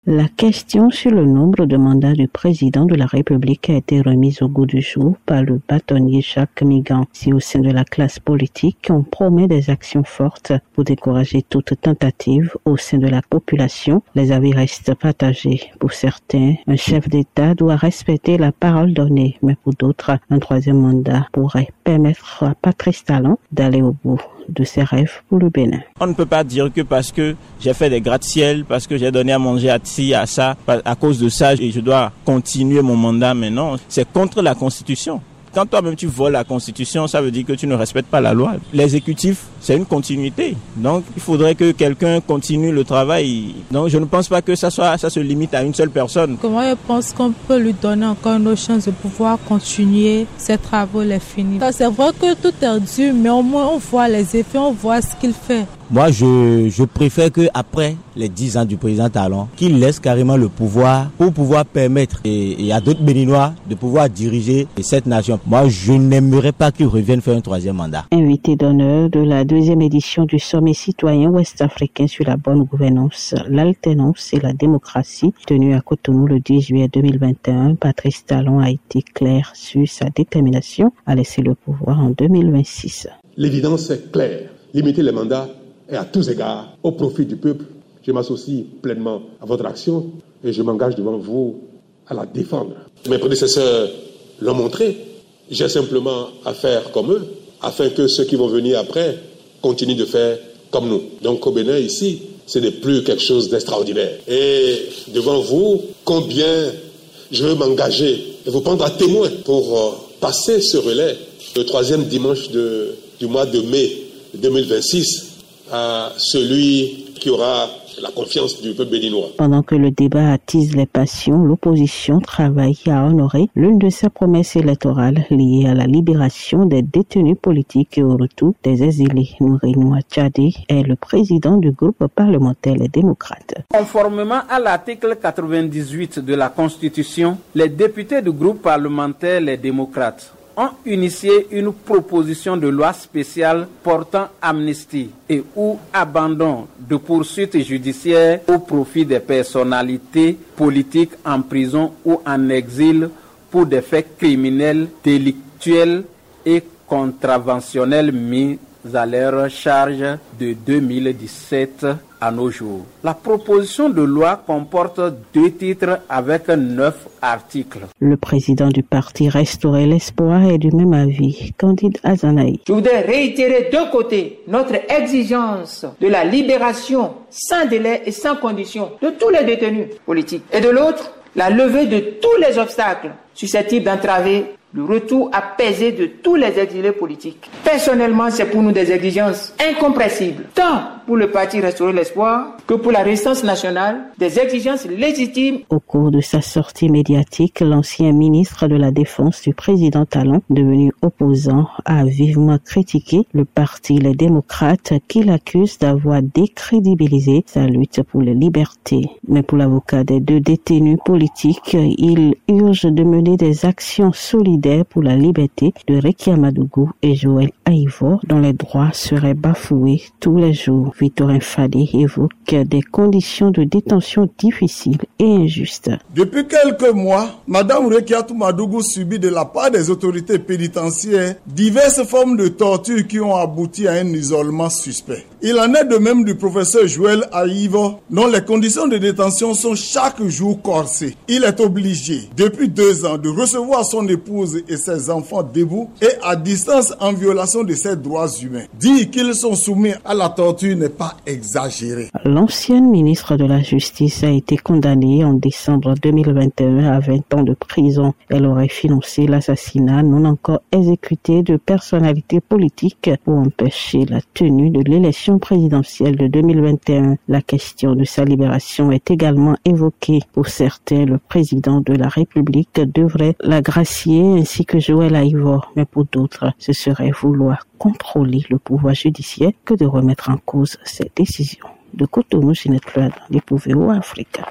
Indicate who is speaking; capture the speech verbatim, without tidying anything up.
Speaker 1: La question sur le nombre de mandats du président de la République a été remise au goût du jour par le bâtonnier Jacques Migan. Si au sein de la classe politique, on promet des actions fortes pour décourager toute tentative au sein de la population, les avis restent partagés. Pour certains, un chef d'État doit respecter la parole donnée, mais pour d'autres, un troisième mandat pourrait permettre à Patrice Talon d'aller au bout de ses rêves pour le Bénin.
Speaker 2: On ne peut pas dire que parce que j'ai fait des gratte-ciel, parce que j'ai donné à manger à ci, à ça, à cause de ça, et je dois continuer mon mandat maintenant. C'est contre la Constitution. Quand toi-même tu voles la Constitution, ça veut dire que tu ne respectes pas la loi. L'exécutif, c'est une continuité. Donc, il faudrait que quelqu'un continue le travail. Donc, je ne pense pas que ça soit, ça se limite à une seule personne.
Speaker 3: Comment je pense qu'on peut lui donner encore une autre chance de pouvoir continuer ses travaux, les finir. C'est vrai que tout est dur, mais au moins on voit les effets, on voit ce qu'il fait.
Speaker 4: Moi, je, je préfère qu'après les dix ans du président Talon, qu'il laisse carrément le pouvoir pour pouvoir permettre et, et à d'autres Béninois de pouvoir diriger cette nation. Moi, je n'aimerais pas qu'il revienne faire un troisième mandat.
Speaker 1: Invité d'honneur de la deuxième édition du sommet citoyen ouest-africain sur la bonne gouvernance, l'alternance et la démocratie, tenu à Cotonou le dix juillet deux mille vingt et un, Patrice Talon a été clair sur sa détermination à laisser le pouvoir en deux mille vingt-six.
Speaker 5: L'évidence est claire. Limiter les mandats et à tous égards, au profit du peuple. Je m'associe pleinement à votre action et je m'engage devant vous à la défendre. Mes prédécesseurs l'ont montré. J'ai simplement à faire comme eux, afin que ceux qui vont venir après continuent de faire comme nous. Donc au Bénin, ici, ce n'est plus quelque chose d'extraordinaire. Et devant vous, combien je veux m'engager et vous prendre à témoin pour euh, passer ce relais le troisième dimanche de, du mois de mai deux mille vingt-six à celui qui aura la confiance du peuple béninois.
Speaker 1: Pendant que le débat attise les passions, l'opposition travaille à honorer l'une de ses promesses électorales liées à la libération des détenus politiques et au retour des exilés. Nourinoua Tchadé est le président du groupe parlementaire Les Démocrates.
Speaker 6: Conformément à l'article quatre-vingt-dix-huit de la Constitution, les députés du groupe parlementaire Les Démocrates ont initié une proposition de loi spéciale portant amnistie et ou abandon de poursuites judiciaires au profit des personnalités politiques en prison ou en exil pour des faits criminels, délictuels et contraventionnels mis à leur charge de deux mille dix-sept à nos jours. La proposition de loi comporte deux titres avec neuf articles.
Speaker 1: Le président du parti Restaurer l'Espoir est du même avis. Candide Azanaï.
Speaker 7: Je voudrais réitérer d'un côté notre exigence de la libération sans délai et sans condition de tous les détenus politiques et de l'autre, la levée de tous les obstacles susceptibles d'entraver le retour apaisé de tous les exilés politiques. Personnellement, c'est pour nous des exigences incompressibles, tant pour le parti Restaurer l'Espoir que pour la résistance nationale, des exigences légitimes.
Speaker 1: Au cours de sa sortie médiatique, l'ancien ministre de la Défense du président Talon, devenu opposant, a vivement critiqué le parti Les Démocrates qu'il accuse d'avoir décrédibilisé sa lutte pour les libertés. Mais pour l'avocat des deux détenus politiques, il urge de mener des actions solidaires pour la liberté de Rekia Madougou et Joël Aïvo, dont les droits seraient bafoués tous les jours. Victorin Fadé évoque des conditions de détention difficiles et injustes.
Speaker 8: Depuis quelques mois, Madame Rekia Madougou subit de la part des autorités pénitentiaires diverses formes de torture qui ont abouti à un isolement suspect. Il en est de même du professeur Joël Aïvo, dont les conditions de détention sont chaque jour corsées. Il est obligé, depuis deux ans, de recevoir son épouse et ses enfants debout et à distance en violation de ses droits humains. Dire qu'ils sont soumis à la torture n'est pas exagéré.
Speaker 1: L'ancienne ministre de la Justice a été condamnée en décembre deux mille vingt et un à vingt ans de prison. Elle aurait financé l'assassinat non encore exécuté de personnalités politiques pour empêcher la tenue de l'élection présidentielle de deux mille vingt et un. La question de sa libération est également évoquée. Pour certains, le président de la République devrait la gracier ainsi que Joël Aïvo, mais pour d'autres, ce serait vouloir contrôler le pouvoir judiciaire que de remettre en cause ces décisions. De Cotonou, Ginette Claude, l'Épouvé Afrique.